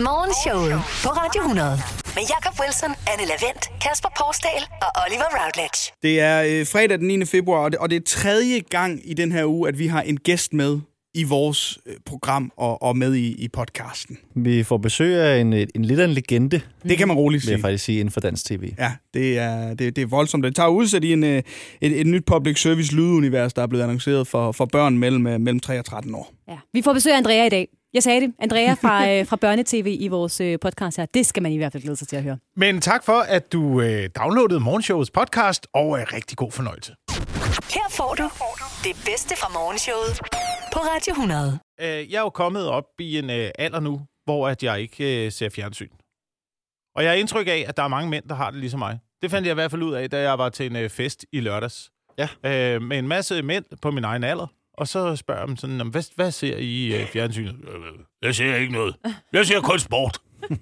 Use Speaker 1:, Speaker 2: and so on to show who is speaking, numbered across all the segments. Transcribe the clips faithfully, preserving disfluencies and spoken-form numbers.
Speaker 1: Morgenshowet på Radio hundrede. Med Jakob Wilson, Anne Lavent, Kasper Porsdal og Oliver Routledge.
Speaker 2: Det er øh, fredag den niende februar, og det, og det er tredje gang i den her uge, at vi har en gæst med i vores øh, program og, og med i, i podcasten.
Speaker 3: Vi får besøg af en, en lidt af en legende.
Speaker 2: Det kan man roligt sige.
Speaker 3: Vil jeg faktisk sige, inden for dansk tv.
Speaker 2: Ja, det er, det, det er voldsomt. Det tager udsæt i en, et, et nyt public service lydunivers, der er blevet annonceret for, for børn mellem, mellem tre og tretten år.
Speaker 4: Ja. Vi får besøg af Andrea i dag. Jeg sagde det. Andrea fra, øh, fra Børne-tv i vores øh, podcast her. Det skal man i hvert fald glæde sig til at høre.
Speaker 5: Men tak for, at du øh, downloadede Morgenshowets podcast, og øh, rigtig god fornøjelse.
Speaker 1: Her får du det bedste fra Morgenshowet på Radio hundrede.
Speaker 5: Øh, jeg er jo kommet op i en øh, alder nu, hvor at jeg ikke øh, ser fjernsyn. Og jeg har indtryk af, at der er mange mænd, der har det ligesom mig. Det fandt jeg i hvert fald ud af, da jeg var til en øh, fest i lørdags.
Speaker 3: Ja.
Speaker 5: Øh, med en masse mænd på min egen alder. Og så spørger jeg dem sådan, hvad, hvad ser I i øh, fjernsynet? Jeg ser ikke noget. Jeg ser kun sport.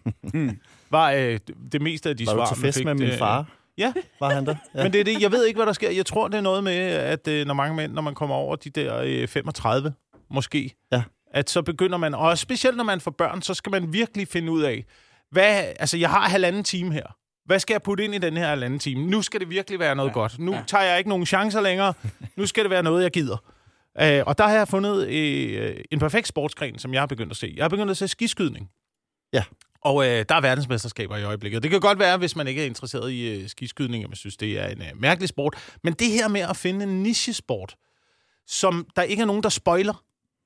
Speaker 5: Var øh, det meste af de
Speaker 3: var
Speaker 5: svar,
Speaker 3: du til fest
Speaker 5: fik,
Speaker 3: med min far?
Speaker 5: Ja.
Speaker 3: Var han der? Ja.
Speaker 5: Men det er det, jeg ved ikke, hvad der sker. Jeg tror, det er noget med, at øh, når mange mænd, når man kommer over de der øh, femogtredive, måske,
Speaker 3: ja.
Speaker 5: at så begynder man, og specielt når man får børn, så skal man virkelig finde ud af, hvad, altså jeg har halvanden time her. Hvad skal jeg putte ind i den her halvanden time? Nu skal det virkelig være noget ja. godt. Nu ja. tager jeg ikke nogen chancer længere. Nu skal det være noget, jeg gider. Uh, og der har jeg fundet uh, en perfekt sportsgren, som jeg har begyndt at se. Jeg har begyndt at se skiskydning.
Speaker 3: Ja.
Speaker 5: Og uh, der er verdensmesterskaber i øjeblikket. Det kan godt være, hvis man ikke er interesseret i uh, skiskydning, og man synes, det er en uh, mærkelig sport. Men det her med at finde en nichesport, som der ikke er nogen, der spoiler,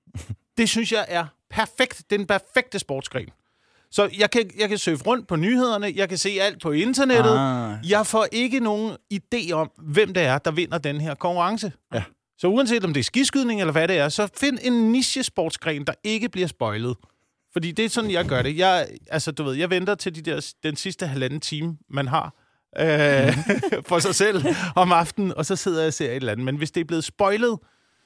Speaker 5: det synes jeg er perfekt. Det er den perfekte sportsgren. Så jeg kan, jeg kan surfe rundt på nyhederne, jeg kan se alt på internettet. Ah. Jeg får ikke nogen idé om, hvem det er, der vinder den her konkurrence.
Speaker 3: Ja.
Speaker 5: Så uanset om det er skiskydning eller hvad det er, så find en niche-sportsgren, der ikke bliver spoilet. Fordi det er sådan, jeg gør det. Jeg, altså, du ved, jeg venter til de der, den sidste halvanden time, man har øh, for sig selv om aftenen, og så sidder jeg og ser et eller andet. Men hvis det er blevet spoilet,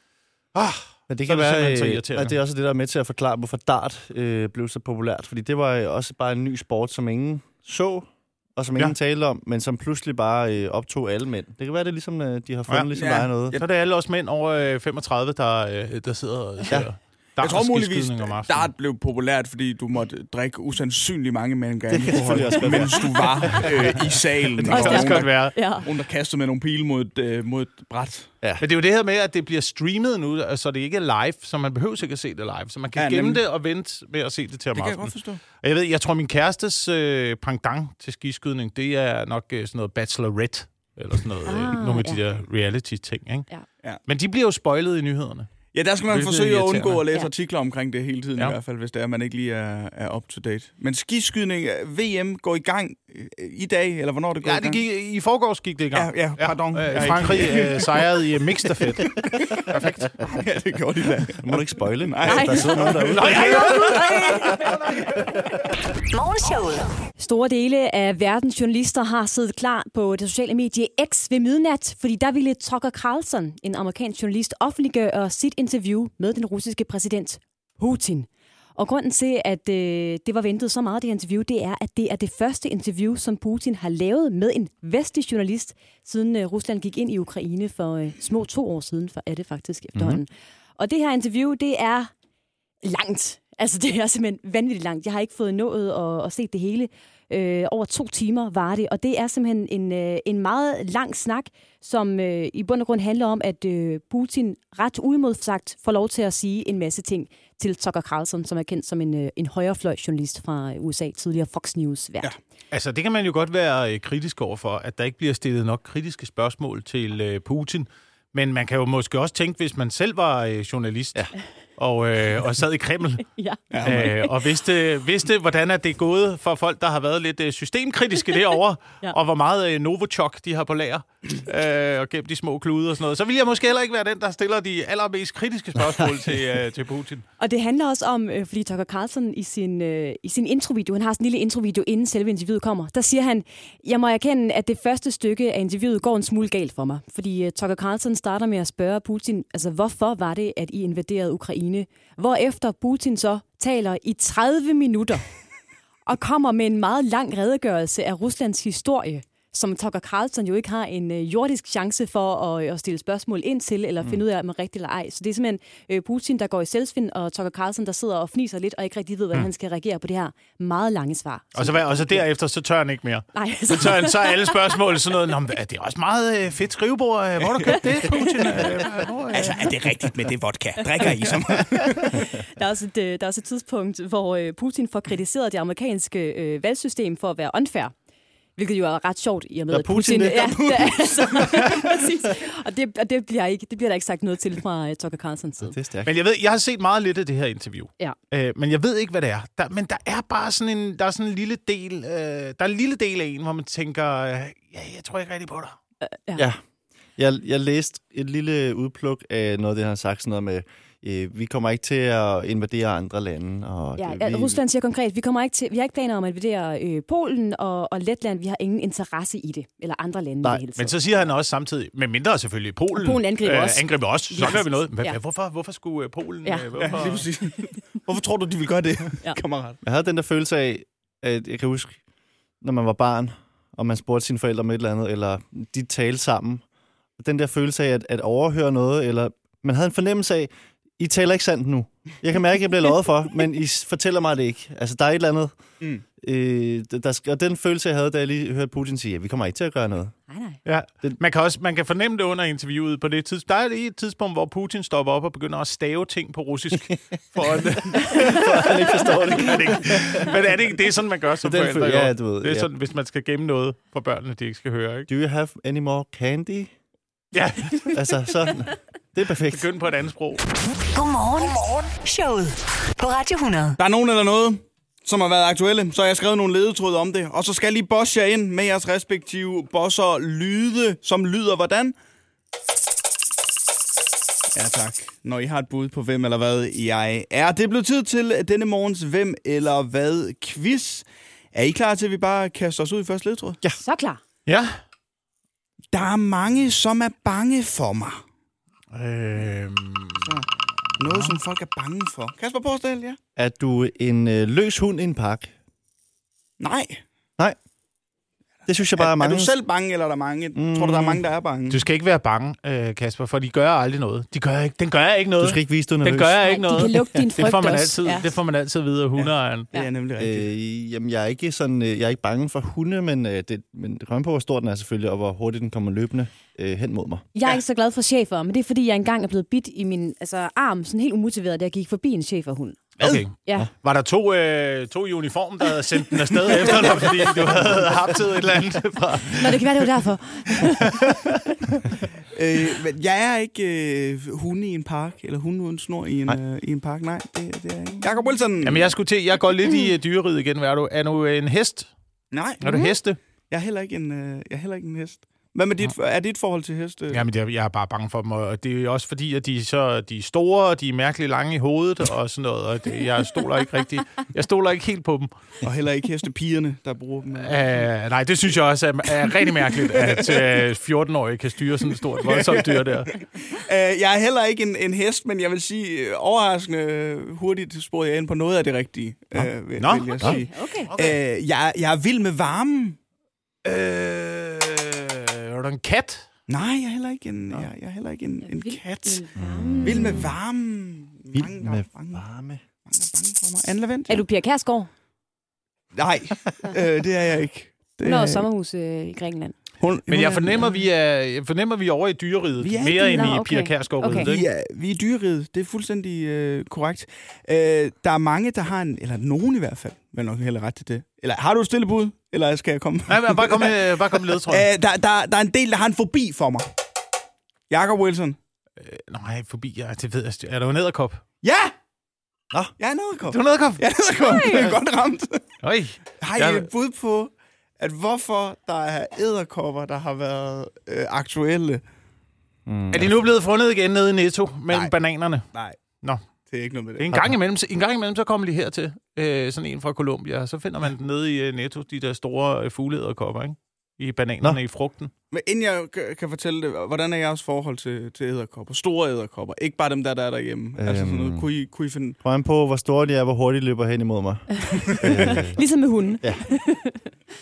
Speaker 5: ah,
Speaker 3: men det
Speaker 5: så
Speaker 3: kan
Speaker 5: er det
Speaker 3: være,
Speaker 5: så
Speaker 3: øh,
Speaker 5: irriterende.
Speaker 3: at det er også det, der er med til at forklare, hvorfor dart øh, blev så populært. Fordi det var også bare en ny sport, som ingen så, og som ingen ja. talte om, men som pludselig bare øh, optog alle mænd. Det kan være, det ligesom, øh, de har fundet ja. ligesom, ja. der er noget.
Speaker 5: Så er det alle os mænd over øh, femogtredive, der, øh, der sidder og ser. Ja.
Speaker 2: Jeg tror muligvis, dart blev populært, fordi du måtte drikke usandsynligt mange mængder alkohol, mens du var øh, i salen.
Speaker 5: Det kan også godt være.
Speaker 2: Rundt og kastede med nogle pile mod et, øh, mod et bræt.
Speaker 5: Ja. Men det er jo det her med, at det bliver streamet nu, så det ikke er live, så man behøver ikke at se det live. Så man kan ja, gemme nemlig. det og vente med at se det til om
Speaker 2: aftenen. Det kan jeg godt forstå.
Speaker 5: Og jeg ved, jeg tror, min kærestes øh, pendant til skiskydning, det er nok øh, sådan noget Bachelorette, eller sådan noget, ah, øh, nogle af ja. de der reality-ting, ikke? Ja. Ja. Men de bliver jo spoilet i nyhederne.
Speaker 2: Ja, der skal man forsøge at undgå at læse ja. artikler omkring det hele tiden, ja. i hvert fald, hvis det er, man ikke lige er, er up to date. Men skiskydning, V M går i gang i dag, eller hvornår det går
Speaker 5: ja,
Speaker 2: i gang?
Speaker 5: Ja, det gik, i forgårs gik det i gang.
Speaker 2: Ja, ja pardon.
Speaker 5: Ja. Øh, Frankrig øh, sejrede i mixed-stafet. Perfekt.
Speaker 2: Ja, det gjorde de da.
Speaker 3: Du må ikke spoile.
Speaker 2: Nej.
Speaker 3: Der sidder nogen derude.
Speaker 5: Nej, nej,
Speaker 1: Morgenshowet.
Speaker 4: Store dele af verdens journalister har siddet klar på det sociale medie X ved midnat, fordi der ville Tucker Carlson, en amerikansk journalist, offentliggøre sit interview med den russiske præsident Putin. Og grunden til, at øh, det var ventet så meget, det interview, det er, at det er det første interview, som Putin har lavet med en vestlig journalist, siden øh, Rusland gik ind i Ukraine for øh, små to år siden, for er det faktisk efterhånden. Mm-hmm. Og det her interview, det er langt. Altså, det er simpelthen vanvittigt langt. Jeg har ikke fået nået at, at se det hele. Øh, over to timer var det, og det er simpelthen en, øh, en meget lang snak, som øh, i bund og grund handler om, at øh, Putin ret uimodsagt får lov til at sige en masse ting til Tucker Carlson, som er kendt som en, øh, en højrefløjsjournalist fra U S A, tidligere Fox News-vært. Ja.
Speaker 5: Altså, det kan man jo godt være øh, kritisk overfor, at der ikke bliver stillet nok kritiske spørgsmål til øh, Putin, men man kan jo måske også tænke, hvis man selv var øh, journalist, ja. Og, øh, og sad i Kreml, ja. øh, og vidste, vidste, hvordan er det gået for folk, der har været lidt øh, systemkritiske derovre, ja. Og hvor meget øh, Novichok de har på lager, øh, og gemt de små klude og sådan noget. Så vil jeg måske heller ikke være den, der stiller de allermest kritiske spørgsmål til, øh, til Putin.
Speaker 4: Og det handler også om, øh, fordi Tucker Carlson i sin, øh, i sin introvideo, han har sådan en lille introvideo, inden selve interviewet kommer, der siger han, jeg må erkende, at det første stykke af interviewet går en smule galt for mig. Fordi øh, Tucker Carlson starter med at spørge Putin, altså hvorfor var det, at I invaderede Ukraine? Hvorefter Putin så taler i tredive minutter og kommer med en meget lang redegørelse af Ruslands historie. som Tucker Carlson jo ikke har en øh, jordisk chance for at, at stille spørgsmål ind til, eller finde mm. ud af, om man rigtigt eller ej. Så det er simpelthen øh, Putin, der går i selvsving, og Tucker Carlson, der sidder og fniser lidt, og ikke rigtig ved, hvordan mm. han skal reagere på det her meget lange svar.
Speaker 5: Og så, og så derefter, så tør han ikke mere. Nej. Så, så, tør han, så er alle spørgsmål sådan noget, Nå, det er også meget øh, fedt skrivebord. Hvor har du købt det, Putin?
Speaker 2: Altså, er det rigtigt med det vodka? Drikker I som?
Speaker 4: der, er også et, der er også et tidspunkt, hvor øh, Putin får kritiseret det amerikanske øh, valgsystem for at være unfair. Hvilket jo er ret sjovt i og med, at Putin...
Speaker 3: Putin
Speaker 4: ja, det er, altså, præcis. Og, det, og det, bliver ikke, det bliver der ikke sagt noget til fra uh, Tucker Carlsons side.
Speaker 3: Det er
Speaker 5: men jeg ved, jeg har set meget lidt af det her interview.
Speaker 4: Ja.
Speaker 5: Øh, men jeg ved ikke, hvad det er. Der, men der er bare sådan en, der er sådan en lille del, øh, der er en lille del af en, hvor man tænker, øh, ja, jeg tror ikke rigtig på dig.
Speaker 4: Uh, ja.
Speaker 3: ja. Jeg, jeg læste et lille udpluk af noget, det han har sagt, sådan noget med, øh, vi kommer ikke til at invadere andre lande. Og
Speaker 4: ja,
Speaker 3: det,
Speaker 4: ja,
Speaker 3: vi...
Speaker 4: Rusland siger konkret, vi kommer ikke til, vi har ikke planer om at invadere øh, Polen og, og Letland, vi har ingen interesse i det, eller andre lande.
Speaker 3: Nej,
Speaker 4: i det hele
Speaker 5: men så siger han også samtidig, med mindre selvfølgelig, Polen,
Speaker 4: Polen angriber øh, også.
Speaker 5: Angriber også, så
Speaker 4: ja.
Speaker 5: gør vi noget. Men,
Speaker 4: ja.
Speaker 5: hvorfor, hvorfor skulle Polen...
Speaker 4: Ja.
Speaker 5: Øh, hvorfor?
Speaker 2: Ja, lige hvorfor tror du, de vil gøre det, ja. kammerat?
Speaker 3: Jeg havde den der følelse af, at jeg kan huske, når man var barn, og man spurgte sine forældre om et eller andet, eller de talte sammen. Den der følelse af at, at overhøre noget, eller man havde en fornemmelse af, I taler ikke sandt nu. Jeg kan mærke, at jeg bliver lovet for, men I fortæller mig det ikke. Altså, der er et eller andet. Mm. Øh, der skal, og den følelse, jeg havde, da jeg lige hørte Putin sige, at vi kommer ikke til at gøre noget.
Speaker 4: Nej, nej.
Speaker 5: Ja. Man kan også man kan fornemme det under interviewet på det tidspunkt. Der er lige et tidspunkt, hvor Putin stopper op og begynder at stave ting på russisk. For at,
Speaker 3: for han ikke forstår det.
Speaker 5: det ikke. Men er det ikke det er sådan, man gør som forældre?
Speaker 3: Ja, du ved,
Speaker 5: det er
Speaker 3: ja.
Speaker 5: sådan, hvis man skal gemme noget for børnene, de ikke skal høre. Ikke?
Speaker 3: Do you have any more candy?
Speaker 5: Ja.
Speaker 3: altså, så... Det er perfekt.
Speaker 5: Begynd på et andet sprog.
Speaker 1: Godmorgen. Godmorgen. Showet på Radio hundrede.
Speaker 2: Der er nogen eller noget, som har været aktuelle, så jeg har skrevet nogle ledetråde om det. Og så skal I lige bosse jer ind med jeres respektive bosser lyde, som lyder hvordan? Ja, tak. Når I har et bud på hvem eller hvad jeg er. Det er blevet tid til denne morgens hvem eller hvad quiz. Er I klar til, at vi bare kaster os ud i første ledetråd?
Speaker 4: Ja. Så klar.
Speaker 5: Ja.
Speaker 2: Der er mange, som er bange for mig.
Speaker 5: Øhm...
Speaker 2: Så. Noget, som folk er bange for. Kasper Porsdal, ja.
Speaker 3: Er du en øh, løs hund i en park?
Speaker 2: Nej.
Speaker 3: Nej. Det synes jeg bare er,
Speaker 2: er
Speaker 3: mange.
Speaker 2: Er du selv bange, eller er der mange? Mm. Tror du, der er mange, der er bange?
Speaker 5: Du skal ikke være bange, øh, Kasper, for de gør aldrig noget. De gør ikke, den gør ikke noget.
Speaker 3: Du skal ikke vise, du er nervøs.
Speaker 5: Den gør ikke noget.
Speaker 4: De kan lugte din frygt
Speaker 5: det får man
Speaker 4: også.
Speaker 5: altid,
Speaker 4: Ja.
Speaker 5: Det får man altid vide af hundeejeren.
Speaker 2: Ja. Det er nemlig rigtigt.
Speaker 3: Øh, jamen, jeg er ikke sådan, øh, jeg er ikke bange for hunde, men, øh, det, men det kommer på, hvor stor den er selvfølgelig, og hvor hurtigt den kommer løbende øh, hen mod mig.
Speaker 4: Jeg er
Speaker 2: Ja.
Speaker 4: ikke så glad for chefer, men det er fordi, jeg engang er blevet bidt i min altså, arm, sådan helt umotiveret, da jeg gik forbi en cheferhund.
Speaker 5: Okay.
Speaker 4: Ja.
Speaker 5: Var der to, øh, to i uniform, der havde sendt den afsted efter dig, fordi du havde haptet et eller andet fra...
Speaker 4: Nå, det kan være, det var derfor.
Speaker 2: øh, men jeg er ikke øh, hunde i en park, eller hunde uden snor i en, øh, i en park. Nej, det, det er jeg ikke. Jakob Wilson.
Speaker 5: Jamen, jeg skulle til, jeg går lidt i uh, dyreriget igen. Er du, er du en hest?
Speaker 2: Nej.
Speaker 5: Er du heste?
Speaker 2: Jeg er heller ikke en, øh, jeg er heller ikke en hest. Hvad med dit, er dit forhold til heste?
Speaker 5: Jamen, jeg, jeg er bare bange for dem, og det er jo også fordi, at de, så, de er store, og de er mærkeligt lange i hovedet, og sådan noget, og det, jeg stoler ikke rigtig, jeg stoler ikke helt på dem.
Speaker 2: Og heller ikke hestepigerne, der bruger dem.
Speaker 5: Uh, nej, det synes jeg også er, er rigtig mærkeligt, at uh, fjorten-årige kan styre sådan et stort voldsomt dyr der.
Speaker 2: Uh, jeg er heller ikke en, en hest, men jeg vil sige, uh, overraskende hurtigt sporede jeg ind på noget af det rigtige,
Speaker 5: Nå.
Speaker 2: uh, vil,
Speaker 5: Nå.
Speaker 2: vil jeg
Speaker 4: Okay,
Speaker 2: sige.
Speaker 4: okay.
Speaker 5: Okay.
Speaker 2: Uh, jeg, jeg er vild med varmen.
Speaker 5: Øh, er du en kat?
Speaker 2: Nej, jeg er heller ikke en, jeg, jeg er heller ikke en, en
Speaker 4: Vild
Speaker 2: kat.
Speaker 4: med varme.
Speaker 2: Vild med varmen.
Speaker 3: Vild
Speaker 2: Mange, der
Speaker 3: med
Speaker 2: er bange.
Speaker 3: varme.
Speaker 2: Mange er bange for mig. Anne Lavent?
Speaker 4: Er du Pia Kjærsgaard?
Speaker 2: Nej, øh, det er jeg ikke. Det
Speaker 4: Hun har
Speaker 2: er
Speaker 4: også
Speaker 2: jeg
Speaker 4: sommerhus øh, i Grækenland.
Speaker 2: ikke. Hun,
Speaker 5: Men
Speaker 2: hun
Speaker 5: jeg
Speaker 2: er-
Speaker 5: fornemmer, vi er, jeg fornemmer, vi er over i dyreriget.
Speaker 2: Vi er
Speaker 5: Mere
Speaker 2: i
Speaker 5: end
Speaker 4: dyre-
Speaker 5: i
Speaker 4: Nå, okay.
Speaker 5: Pia Kjærsgaard-riget,
Speaker 4: Okay.
Speaker 5: ikke?
Speaker 2: Vi er, vi er dyreriget. Det er fuldstændig øh, korrekt. Øh, der er mange, der har en, eller nogen i hvert fald, vil nok heller ret til det. Eller har du et stille bud, eller skal jeg komme?
Speaker 5: Nej, men bare kom med, bare kom med ledetråden.
Speaker 2: Øh, der, der, der er en del, der har en fobi for mig. Jakob Wilson.
Speaker 5: Nej, forbi, ja, det ved jeg. Er du en edderkop?
Speaker 2: Ja!
Speaker 3: Nå.
Speaker 2: Jeg er en edderkop.
Speaker 5: Du er en edderkop?
Speaker 2: Jeg er en edderkop. Det er godt ramt.
Speaker 5: Øj.
Speaker 2: Har
Speaker 5: Jeg-
Speaker 2: I et bud på, at hvorfor der er edderkopper, der har været øh, aktuelle?
Speaker 3: Mm.
Speaker 5: Er de nu blevet fundet igen nede i Netto mellem
Speaker 2: Nej.
Speaker 5: bananerne?
Speaker 2: Nej,
Speaker 5: Nå.
Speaker 2: det er ikke noget med det.
Speaker 5: En gang imellem, en gang imellem så kommer de hertil, øh, sådan en fra Colombia, og så finder man den nede i uh, Netto, de der store øh, fugleedderkopper, ikke? I bananerne,
Speaker 3: Nå.
Speaker 5: i frugten.
Speaker 2: Men inden jeg k- kan fortælle det, hvordan er jeres forhold til, til edderkopper? Store edderkopper. Ikke bare dem, der, der er derhjemme. Øhm. Altså sådan noget. Kunne I, kunne I finde...
Speaker 3: Prøv an på, hvor store de er, hvor hurtigt de løber hen imod mig. øh,
Speaker 4: Ligesom med hunden.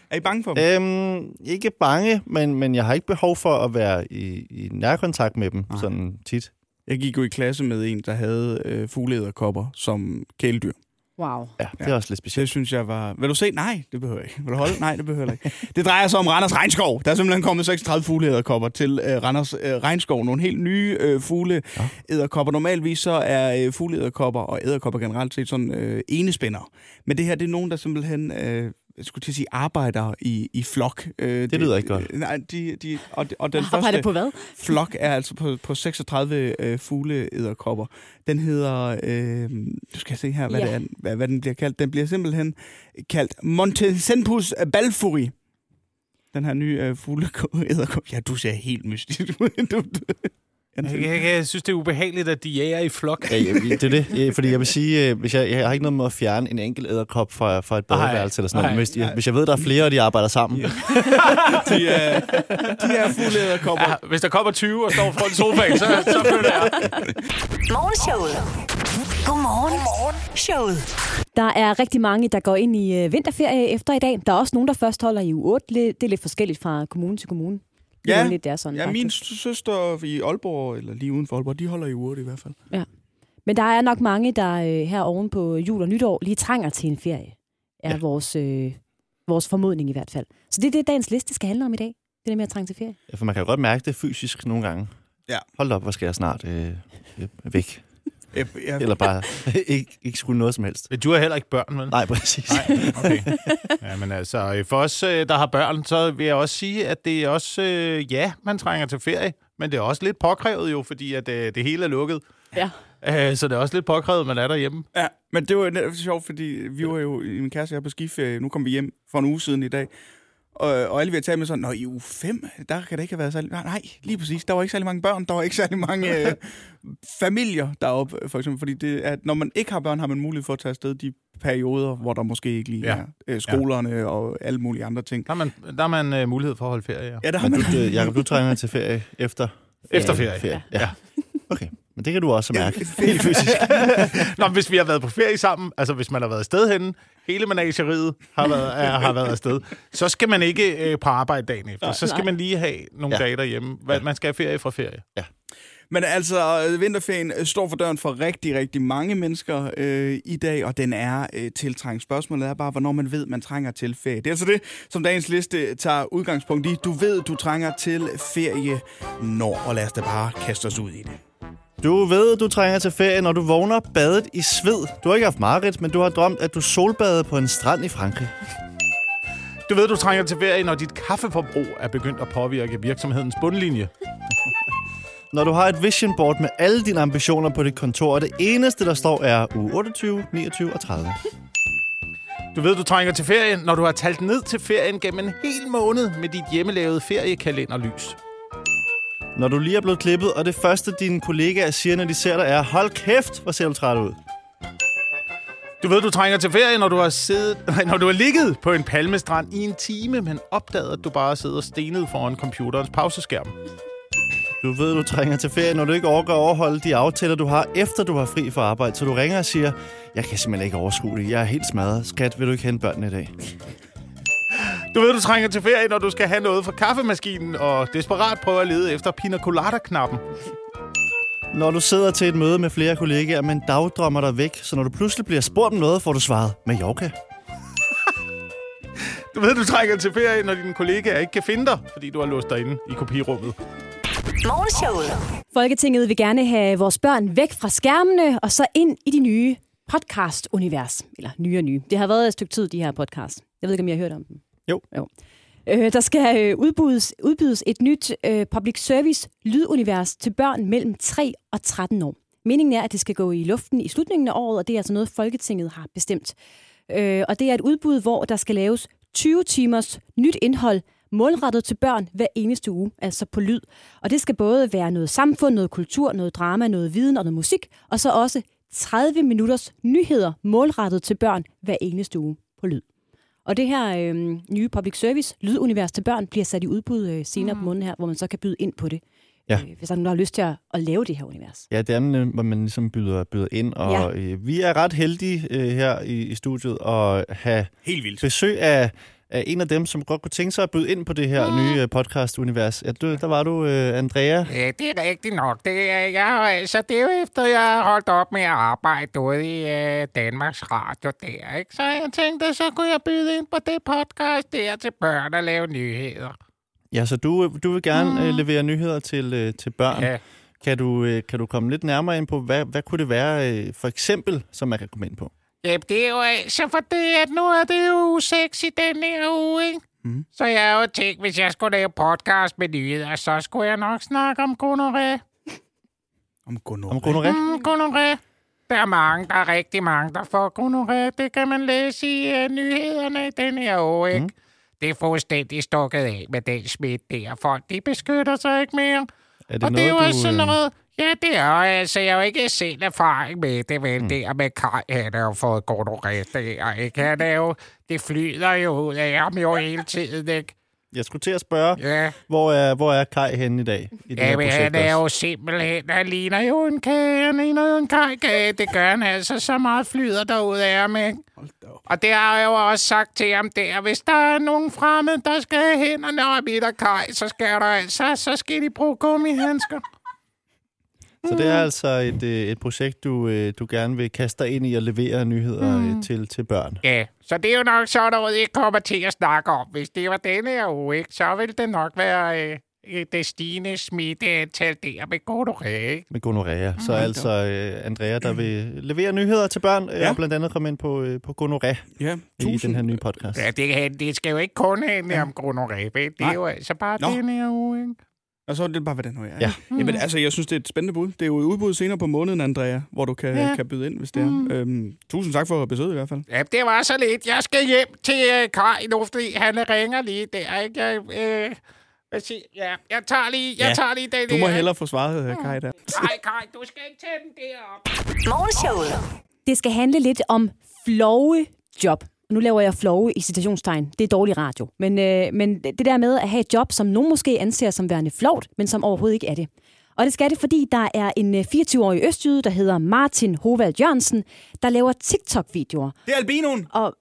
Speaker 2: Er I bange for dem?
Speaker 3: Øhm, ikke bange, men, men jeg har ikke behov for at være i, i nærkontakt med dem
Speaker 2: Nej.
Speaker 3: sådan tit.
Speaker 2: Jeg gik jo i klasse med en, der havde øh, fuglederkopper som kæledyr.
Speaker 4: Wow.
Speaker 3: Ja, det er ja. også lidt specielt.
Speaker 2: Det synes jeg var... Vil du se? Nej, det behøver jeg ikke. Vil du holde? Nej, det behøver jeg ikke. Det drejer sig om Randers Regnskov. Der er simpelthen kommet seksogtredive fuglederkopper til øh, Randers øh, Regnskov. Nogle helt nye øh, fuglederkopper. Normalvis så er øh, fuglederkopper og æderkopper generelt set sådan øh, enespænder. Men det her, det er nogen, der simpelthen... Øh, jeg skulle til at sige, arbejder i, i flok. Øh,
Speaker 3: det lyder ikke godt.
Speaker 2: Nej, de, de, og, og den
Speaker 4: Arbejder
Speaker 2: første
Speaker 4: på hvad?
Speaker 2: flok er altså på, på seksogtredive øh, fugleæderkopper. Den hedder, øh, du skal se her, hvad,
Speaker 4: Ja.
Speaker 2: det er, hvad, hvad den bliver kaldt. Den bliver simpelthen kaldt Montesempus balfouri. Den her nye øh, fugleæderkopper. Ja, du ser helt mystisk ud. du, du.
Speaker 5: Jeg, jeg, jeg synes, det er ubehageligt, at de jager i flok.
Speaker 3: Ja, det er det. Ja, fordi jeg vil sige, hvis jeg, jeg har ikke noget med at fjerne en enkelt æderkop fra, fra et badeværelse eller sådan noget. Hvis, jeg, hvis jeg ved, der er flere, og de arbejder sammen.
Speaker 2: Ja. de, er, de er fugleæderkopper.
Speaker 5: Ja, hvis der kommer tyve og står foran sofaen, så, så føler jeg.
Speaker 1: Morgenshowet. Godmorgen. Godmorgen. Showet.
Speaker 4: Der er rigtig mange, der går ind i øh, vinterferie efter i dag. Der er også nogen, der først holder i uge otte. Det er lidt forskelligt fra kommune til kommune. Det er
Speaker 2: Ja,
Speaker 4: lidt, det er sådan,
Speaker 2: ja min
Speaker 4: faktisk.
Speaker 2: søster i Aalborg, eller lige uden for Aalborg, de holder i uge otte i hvert fald.
Speaker 4: Ja. Men der er nok mange, der øh, her oven på jul og nytår lige trænger til en ferie. Er ja. vores, øh, vores formodning i hvert fald. Så det er det, dagens liste skal handle om i dag. Det er med at trænge til ferie.
Speaker 3: Ja, for man kan jo godt mærke det fysisk nogle gange.
Speaker 2: Ja.
Speaker 3: Hold op, hvor skal jeg snart øh, øh, væk.
Speaker 2: Ja, ja.
Speaker 3: Eller bare ikke, ikke skulle noget som helst.
Speaker 5: Men du har heller ikke børn, vel?
Speaker 3: Nej, præcis.
Speaker 5: Nej, okay. Ja, men altså, for os, der har børn, så vil jeg også sige, at det er også, øh, ja, man trænger til ferie, men det er også lidt påkrævet jo, fordi at øh, det hele er lukket.
Speaker 4: Ja.
Speaker 5: Øh, så det er også lidt påkrævet, at man er derhjemme.
Speaker 2: Ja, men det var netop sjovt, fordi vi var jo, min kæreste og jeg på skiferie, nu kom vi hjem for en uge siden i dag, og, og alle vi har talt med sådan, nå i uge fem, der kan det ikke have været særlig... Nej, lige præcis, der var ikke særlig mange børn, der var ikke særlig mange øh, familier deroppe, for eksempel, fordi det er, når man ikke har børn, har man mulighed for at tage afsted de perioder, hvor der måske ikke lige
Speaker 5: Ja.
Speaker 2: er øh, skolerne ja. og alle mulige andre ting.
Speaker 5: Der er man, der er man øh, mulighed for at holde ferie, ja.
Speaker 2: Ja, der har
Speaker 3: Men
Speaker 2: man...
Speaker 3: du, Jacob, du trænger til ferie efter?
Speaker 5: Efter ferie.
Speaker 3: ferie.
Speaker 5: Ja.
Speaker 3: Ja. Okay, men det kan du også mærke.
Speaker 2: Ja,
Speaker 3: helt fysisk.
Speaker 5: Nå, hvis vi har været på ferie sammen, altså hvis man har været afsted henne, hele menageriet har været, er, har været afsted, så skal man ikke øh, på arbejde dagen efter. Så skal
Speaker 4: Nej.
Speaker 5: man lige have nogle
Speaker 3: Ja.
Speaker 5: dage derhjemme. Ja. Man skal have ferie fra ferie.
Speaker 3: Ja.
Speaker 2: Men altså, vinterferien står for døren for rigtig, rigtig mange mennesker øh, i dag, og den er øh, tiltrængt. Spørgsmålet er bare, hvornår man ved, man trænger til ferie. Det er altså det, som dagens liste tager udgangspunkt i. Du ved, du trænger til ferie når, og lad os da bare kaste os ud i det.
Speaker 3: Du ved, du trænger til ferie, når du vågner badet i sved. Du har ikke haft mareridt, men du har drømt, at du solbadede på en strand i Frankrig.
Speaker 5: Du ved, du trænger til ferie, når dit kaffeforbrug er begyndt at påvirke virksomhedens bundlinje.
Speaker 3: Når du har et vision board med alle dine ambitioner på dit kontor, og det eneste, der står, er uge otteogtyve, niogtyve og tredive.
Speaker 5: Du ved, du trænger til ferie, når du har talt ned til ferien gennem en hel måned med dit hjemmelavede feriekalenderlys.
Speaker 3: Når du lige er blevet klippet, og det første, dine kollegaer siger, når de ser dig, er: hold kæft, hvor ser du træt ud.
Speaker 5: Du ved, du trænger til ferie, når du har siddet, når du har ligget på en palmestrand i en time, men opdaget, at du bare sidder stenet foran computerens pauseskærm.
Speaker 3: Du ved, du trænger til ferie, når du ikke overgår at overholde de aftaler, du har, efter du har fri fra arbejde. Så du ringer og siger: jeg kan simpelthen ikke overskue det. Jeg er helt smadret. Skat, vil du ikke hente børnene i dag?
Speaker 5: Du ved, du trænger til ferie, når du skal have noget fra kaffemaskinen og desperat prøver at lede efter pina colada-knappen.
Speaker 3: Når du sidder til et møde med flere kollegaer, men dagdrømmer dig væk, så når du pludselig bliver spurgt om noget, får du svaret: Mallorca.
Speaker 5: Du ved, du trænger til ferie, når dine kollegaer ikke kan finde dig, fordi du har låst dig inde i kopirummet.
Speaker 1: Morgenshowet.
Speaker 4: Folketinget vil gerne have vores børn væk fra skærmene og så ind i de nye podcast-univers. Eller nye og nye. Det har været et stykke tid, de her podcasts. Jeg ved ikke, om I har hørt om dem.
Speaker 3: Jo.
Speaker 4: jo. Øh, der skal øh, udbydes, udbydes et nyt øh, public service lydunivers til børn mellem tre og tretten år. Meningen er, at det skal gå i luften i slutningen af året, og det er altså noget, Folketinget har bestemt. Øh, og det er et udbud, hvor der skal laves tyve timers nyt indhold, målrettet til børn hver eneste uge, altså på lyd. Og det skal både være noget samfund, noget kultur, noget drama, noget viden og noget musik, og så også tredive minutters nyheder målrettet til børn hver eneste uge på lyd. Og det her øh, nye public service, lydunivers til børn, bliver sat i udbud øh, senere mm. på måneden her, hvor man så kan byde ind på det.
Speaker 3: Ja.
Speaker 4: Øh, hvis der er nogen, der har lyst til at, at lave det her univers.
Speaker 3: Ja, det er, hvor man ligesom byder, byder ind, og ja. øh, vi er ret heldige øh, her i, i studiet at have
Speaker 2: Helt vildt.
Speaker 3: besøg af, er en af dem, som godt kunne tænke sig at byde ind på det her mm. nye podcast-univers. Ja, du, der var du, øh, Andrea.
Speaker 6: Ja, det er rigtigt nok. Det er, jeg, altså, det er jo efter, jeg har holdt op med at arbejde ude i øh, Danmarks Radio der, ikke? Så jeg tænkte, så kunne jeg byde ind på det podcast der til børn og lave nyheder.
Speaker 3: Ja, så du, du vil gerne mm. øh, levere nyheder til, øh, til børn.
Speaker 6: Ja.
Speaker 3: Kan du, øh, kan du komme lidt nærmere ind på, hvad, hvad kunne det være, øh, for eksempel, som man kan komme ind på?
Speaker 6: Ja, det er jo så fordi, at nu er det jo sexy den her uge, ikke? Mm. Så jeg har jo tænkt, hvis jeg skulle lave podcast med nyheder, så skulle jeg nok snakke om gonorrhea.
Speaker 2: Om gonorrhea?
Speaker 3: Om gonorrhea?
Speaker 6: Mm, gonorrhea. Der er mange, der er rigtig mange, der får gonorrhea. Det kan man læse i uh, nyhederne i den her uge, ikke? Mm. Det er fuldstændig stukket af med den smidt der. Folk, de beskytter sig ikke mere.
Speaker 3: Er det
Speaker 6: og
Speaker 3: noget,
Speaker 6: det er jo
Speaker 3: du,
Speaker 6: også sådan noget... Ja, det er altså. Jeg har jo ikke selv erfaring med det, vel? Mm. Der med Kai, han har jo fået gonorrhea der, ikke? Han er jo... Det flyder jo ud af ham jo hele tiden, ikke?
Speaker 3: Jeg skulle til at spørge,
Speaker 6: ja.
Speaker 3: hvor, er, hvor er Kai henne i dag? I
Speaker 6: ja, men han er jo simpelthen... Han ligner jo en kage. Han ligner jo en Kai-kage. Det gør han altså. Så meget flyder derud af ham, ikke? Og det har jeg jo også sagt til ham der. Hvis der er nogen fremmede, der skal hen og når mit og Kai, så skal der altså... Så skal de bruge gummihandsker.
Speaker 3: Så det er altså et, et projekt, du, du gerne vil kaste dig ind i og levere nyheder mm. til, til børn.
Speaker 6: Ja, så det er jo nok sådan noget, jeg kommer til at snakke om. Hvis det var denne her uge, ikke, så ville det nok være øh, det stigende smitteantal der med gonorrhea, ikke?
Speaker 3: Med gonorrhea. Så mm. altså øh, Andrea, der vil levere nyheder til børn, ja. og blandt andet komme ind på, øh, på gonorrhea
Speaker 2: ja,
Speaker 3: i den her nye podcast.
Speaker 6: Ja, det, det skal jo ikke kun handle ja. om gonorrhea. Det er jo altså bare Nå. denne her uge, ikke?
Speaker 2: Og så er det bare, hvad det nu er.
Speaker 3: Ja.
Speaker 2: Mm. Jamen, altså, jeg synes, det er et spændende bud. Det er jo et udbud senere på måneden, Andrea, hvor du kan, ja. kan byde ind, hvis det er. Mm. Øhm, tusind tak for besøget i hvert fald.
Speaker 6: Ja, det var så lidt. Jeg skal hjem til uh, Kai nu, fordi han ringer lige der, ikke? Jeg, øh, hvad siger, ja, jeg tager lige, jeg ja. tager lige den
Speaker 2: Du må
Speaker 6: der.
Speaker 2: hellere få svaret, mm. Kai, der.
Speaker 6: Nej, Kai, du skal ikke tage den der op.
Speaker 1: Morgenshowet.
Speaker 4: Det skal handle lidt om flove job. Nu laver jeg flove i citationstegn. Det er dårlig radio. Men, øh, men det der med at have et job, som nogen måske anser som værende flovt, men som overhovedet ikke er det. Og det skal det, fordi der er en fireogtyve-årig østjyde, der hedder Martin Hovald Jørgensen, der laver TikTok-videoer.
Speaker 2: Det er albinoen!
Speaker 4: Og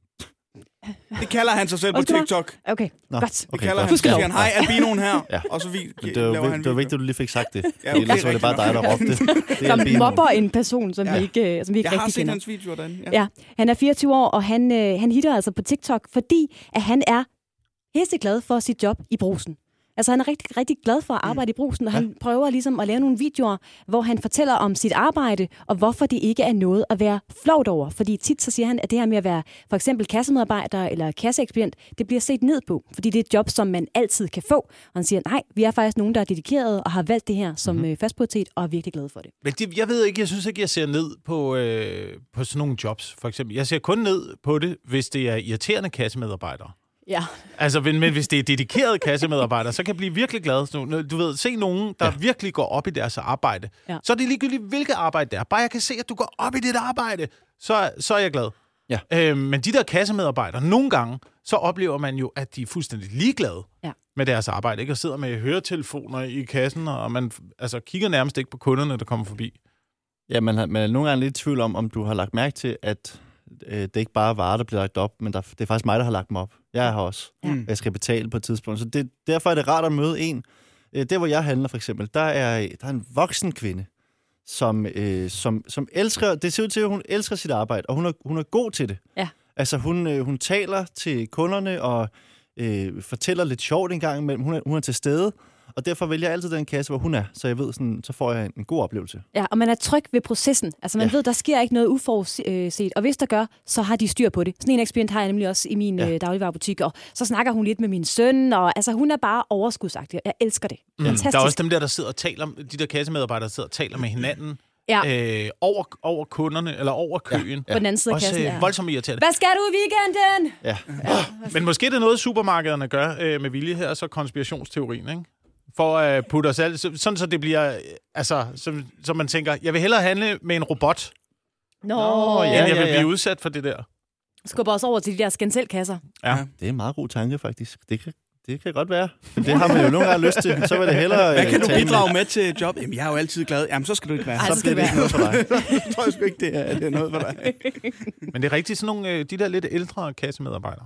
Speaker 2: det kalder han sig selv på TikTok.
Speaker 4: Okay,
Speaker 3: Nå,
Speaker 4: godt.
Speaker 2: Det kalder okay, han. Så siger han, hej, albinoen her. Ja. Og så vi,
Speaker 3: det var,
Speaker 2: laver han
Speaker 3: det var vigtigt, at du lige fik sagt det.
Speaker 2: Ja, okay.
Speaker 3: Ellers var det bare dig, der råbte det. Det er
Speaker 4: der mobber en person, som ja. vi ikke, som vi ikke
Speaker 2: Jeg
Speaker 4: rigtig kender. Jeg
Speaker 2: har set hans videoer derinde.
Speaker 4: Ja. ja, han er fireogtyve år, og han, øh, han hitter altså på TikTok, fordi at han er helt glad for sit job i Brugsen. Altså, han er rigtig, rigtig glad for at arbejde mm. i Brugsen, og ja. han prøver ligesom at lave nogle videoer, hvor han fortæller om sit arbejde, og hvorfor det ikke er noget at være flovt over. Fordi tit så siger han, at det her med at være for eksempel kassemedarbejder eller kasseekspedient, det bliver set ned på, fordi det er et job, som man altid kan få. Og han siger, nej, vi er faktisk nogen, der er dedikeret og har valgt det her som mm-hmm. fast prioritet, og er virkelig glade for det.
Speaker 5: Men det, jeg ved ikke, jeg synes ikke, jeg ser ned på, øh, på sådan nogle jobs, for eksempel. Jeg ser kun ned på det, hvis det er irriterende kassemedarbejdere.
Speaker 4: Ja.
Speaker 5: Altså, men, men hvis det er dedikerede kassemedarbejdere, så kan jeg blive virkelig glad. Du ved, se nogen, der ja. virkelig går op i deres arbejde. Ja. Så er det ligegyldigt, hvilket arbejde det er. Bare jeg kan se, at du går op i dit arbejde, så, så er jeg glad.
Speaker 3: Ja.
Speaker 5: Øhm, men de der kassemedarbejdere, nogle gange, så oplever man jo, at de er fuldstændig ligeglade ja. med deres arbejde, ikke? Og sidder med høretelefoner i kassen, og man altså, kigger nærmest ikke på kunderne, der kommer forbi.
Speaker 3: Ja, man, har, man er nogle gange lidt i tvivl om, om du har lagt mærke til, at øh, det er ikke bare varer, der bliver lagt op, men der, det er faktisk mig, der har lagt dem op. Jeg er her også. Ja. Jeg skal betale på et tidspunkt. Så det, derfor er det rart at møde en. Der, hvor jeg handler for eksempel, der er, der er en voksen kvinde, som, øh, som, som elsker, det ser ud til, at hun elsker sit arbejde, og hun er, hun er god til det.
Speaker 4: Ja.
Speaker 3: Altså, hun, øh, hun taler til kunderne, og øh, fortæller lidt sjovt en gang imellem. Hun er, hun er til stede, og derfor vælger jeg altid den kasse, hvor hun er, så jeg ved, sådan, så får jeg en, en god oplevelse.
Speaker 4: Ja, og man er tryg ved processen. Altså, man ja. ved, der sker ikke noget uforudset, og hvis der gør, så har de styr på det. Sådan en ekspedient har jeg nemlig også i min ja. øh, dagligvarebutik, og så snakker hun lidt med min søn, og altså, hun er bare overskudsagtig. Jeg elsker det.
Speaker 5: Mm. Fantastisk. Der er også dem der, der sidder og taler, de der kassemedarbejdere, der sidder og taler med hinanden. Ja. Øh, over, over kunderne, eller over køen. Ja.
Speaker 4: Ja. På den anden side af kassen,
Speaker 5: ja. Voldsomt irriterende.
Speaker 4: Hvad skal du i weekenden?
Speaker 3: Ja.
Speaker 5: Ja. Men måske er det noget, supermarkederne gør øh, med vilje her, så konspirationsteorien, ikke? For at putte os alt, sådan så det bliver, altså, så, så man tænker, jeg vil hellere handle med en robot,
Speaker 4: Nå,
Speaker 5: Nå ja, end jeg vil
Speaker 3: ja, ja.
Speaker 5: blive udsat for det der.
Speaker 4: Skubber os over til de der skænselkasser.
Speaker 5: Ja.
Speaker 3: Det er en meget god tanke, faktisk. Det kan, det kan godt være. Men det har man jo nogle gange lyst til. Så vil det hellere...
Speaker 2: Hvad kan du bidrage med til job? Jamen, jeg er jo altid glad. Jamen, så skal du ikke være.
Speaker 4: Ej,
Speaker 2: så
Speaker 4: bliver
Speaker 2: det ikke noget for dig. Jeg tror sgu ikke, det er, det er noget for dig.
Speaker 5: Men det er rigtigt sådan nogle, de der lidt ældre kassemedarbejdere.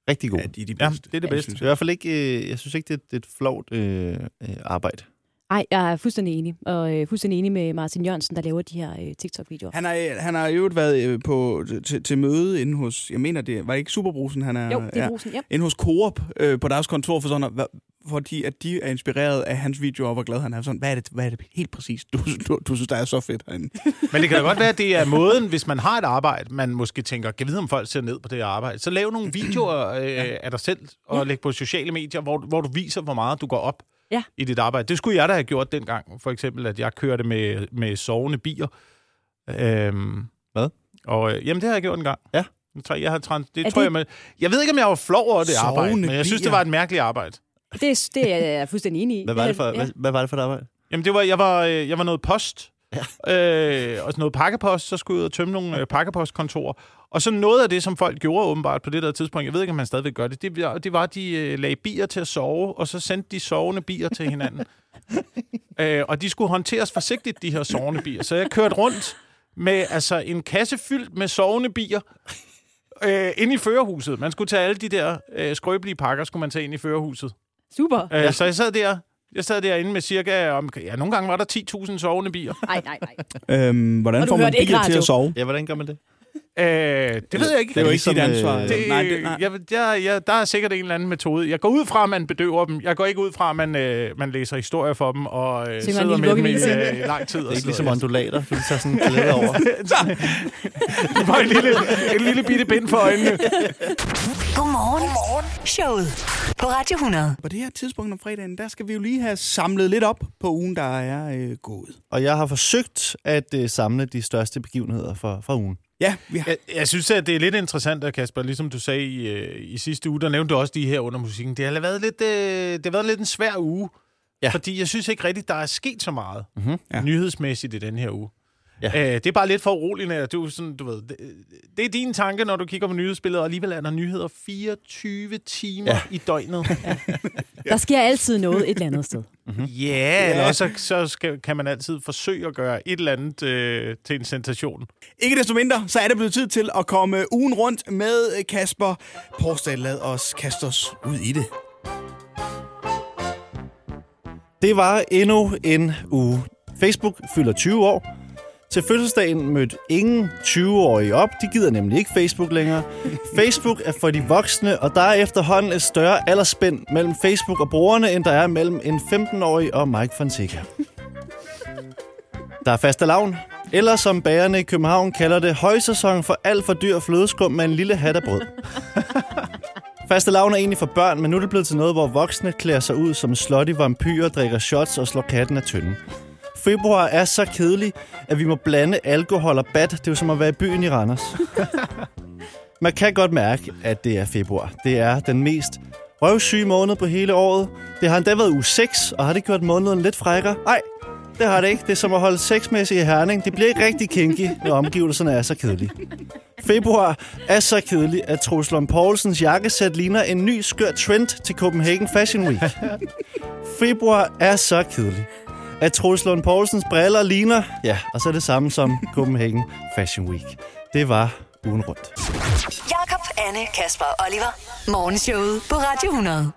Speaker 3: Rigtig god.
Speaker 2: Ja, de er de
Speaker 5: Ja,
Speaker 2: bedste.
Speaker 5: det er det
Speaker 2: Ja,
Speaker 5: bedste.
Speaker 2: synes
Speaker 3: I hvert fald ikke, øh, jeg synes ikke, det er, det er et flovt øh, øh, arbejde.
Speaker 4: Nej, jeg er fuldstændig enig. Og øh, fuldstændig enig med Martin Jørgensen, der laver de her øh, TikTok-videoer.
Speaker 2: Han har, han har jo været øh, på, til, til møde inde hos, jeg mener det, var det ikke Superbrusen, han er?
Speaker 4: Jo, det er Brusen, ja.
Speaker 2: Inde hos Coop øh, på deres kontor, for sådan, hvad, fordi at de er inspireret af hans videoer, og hvor glad han er. Sådan, hvad er det, hvad er det helt præcis, du, du, du synes, der er så fedt herinde?
Speaker 5: Men det kan da godt være, at det er måden, hvis man har et arbejde, man måske tænker, kan vide, om folk ser ned på det arbejde. Så lav nogle videoer øh, af dig selv, og ja. læg på sociale medier, hvor, hvor du viser, hvor meget du går op
Speaker 4: ja.
Speaker 5: i dit arbejde. Det skulle jeg da have gjort dengang. For eksempel, at jeg kørte med, med sovende bier. Øhm,
Speaker 3: Hvad?
Speaker 5: Og, øh, jamen, det har jeg gjort en gang.
Speaker 3: Ja.
Speaker 5: Jeg tror, jeg, har trans- det,
Speaker 4: det...
Speaker 5: tror jeg, med. Jeg ved ikke, om jeg var flov over det
Speaker 2: Sovende
Speaker 5: arbejde, men jeg synes,
Speaker 2: bier.
Speaker 5: det var et mærkeligt arbejde.
Speaker 4: Det, det er jeg fuldstændig enig i.
Speaker 3: Hvad var det for,
Speaker 4: Ja.
Speaker 3: hvad, hvad var det for et arbejde?
Speaker 5: Jamen, det var, jeg var, øh, jeg var noget post, ja. øh, og noget pakkepost, så skulle jeg ud og tømme nogle øh, pakkepostkontorer. Og så noget af det, som folk gjorde åbenbart på det der tidspunkt, jeg ved ikke, om man stadigvæk gør det, det, det var, at de øh, lagde bier til at sove, og så sendte de sovende bier til hinanden. øh, og de skulle håndteres forsigtigt, de her sovende bier. Så jeg kørte rundt med altså, en kasse fyldt med sovende bier, øh, inde i førerhuset. Man skulle tage alle de der øh, skrøbelige pakker, skulle man tage ind i førerhuset.
Speaker 4: Super.
Speaker 5: Øh, ja. Så jeg sad der, jeg sad derinde med cirka, om, ja, nogle gange var der ti tusind sovende bier.
Speaker 4: Nej, nej, nej.
Speaker 2: Øhm, hvordan
Speaker 4: Og du
Speaker 2: får man
Speaker 4: hørte ikke
Speaker 2: bier til
Speaker 4: radio.
Speaker 2: at sove?
Speaker 3: Ja, hvordan gør man det?
Speaker 5: Øh, det ved jeg ikke.
Speaker 2: Det er jo ikke
Speaker 3: ligesom,
Speaker 2: dit ansvar.
Speaker 3: øh,
Speaker 5: Det,
Speaker 2: nej, det, nej.
Speaker 5: Jeg, jeg, jeg, der er sikkert en eller anden metode. Jeg går ud fra, at man bedøver dem. Jeg går ikke ud fra, at man, øh, man læser historier for dem og øh,
Speaker 4: man
Speaker 5: sidder
Speaker 4: lige
Speaker 5: med dem i
Speaker 4: vuggevise.
Speaker 5: øh, lang tid.
Speaker 3: Det er ikke ligesom ondulater, du tager sådan en glæde over.
Speaker 5: Det var en lille, en lille bitte bind for øjnene.
Speaker 1: Godmorgen. Godmorgen. Showet på Radio hundrede.
Speaker 2: På det her tidspunkt om fredagen, der skal vi jo lige have samlet lidt op på ugen, der er øh, gået.
Speaker 3: Og jeg har forsøgt at øh, samle de største begivenheder fra, fra ugen.
Speaker 2: Ja, vi har...
Speaker 5: Jeg, jeg synes, at det er lidt interessant, Kasper. Ligesom du sagde i, øh, i sidste uge, der nævnte du også de her under musikken. Det har været lidt, øh, det har været lidt en svær uge. Ja. Fordi jeg synes ikke rigtigt, der er sket så meget
Speaker 3: Mm-hmm.
Speaker 2: Ja.
Speaker 5: nyhedsmæssigt i den her uge.
Speaker 3: Ja.
Speaker 5: Øh, det er bare lidt for uroligende, at du, sådan, du ved, det, det er din tanke, når du kigger på nyhedsbilledet, og alligevel er der nyheder fireogtyve timer
Speaker 3: Ja.
Speaker 5: i døgnet. Ja,
Speaker 4: Der sker altid noget et eller andet sted.
Speaker 5: mm-hmm. yeah, eller også så, så skal, kan man altid forsøge at gøre et eller andet øh, til en sensation.
Speaker 2: Ikke desto mindre, så er det blevet tid til at komme ugen rundt med Kasper Porsdal. Lad os kaste os ud i det.
Speaker 3: Det var endnu en uge. Facebook fylder tyve år. Til fødselsdagen mødte ingen tyve-årige op. De gider nemlig ikke Facebook længere. Facebook er for de voksne, og der er efterhånden et større aldersspænd mellem Facebook og brugerne, end der er mellem en femten-årig og Mike Fonseca. Der er fastelavn, eller som bagerne i København kalder det, højsæson for alt for dyr flødeskum med en lille hat af brød. Fastelavn er egentlig for børn, men nu er det blevet til noget, hvor voksne klæder sig ud som slutty vampyrer, drikker shots og slår katten af tynden. Februar er så kedelig, at vi må blande alkohol og bat. Det er jo som at være i byen i Randers. Man kan godt mærke, at det er februar. Det er den mest røvsyge måned på hele året. Det har endda været uge seks, og har det gjort måneden lidt frækkere? Nej, det har det ikke. Det er som at holde sexmæssigt i Herning. Det bliver ikke rigtig kinky, når omgivelserne er så kedelige. Februar er så kedelig, at Troels Lund Poulsens jakkesæt ligner en ny skør trend til Copenhagen Fashion Week. Februar er så kedelig, at Troels Lund Poulsens briller ligner, ja, og så er det samme som Copenhagen Fashion Week. Det var ugen rundt.
Speaker 1: Jakob, Anne, Kasper og Oliver. Morgenshowet på Radio hundrede.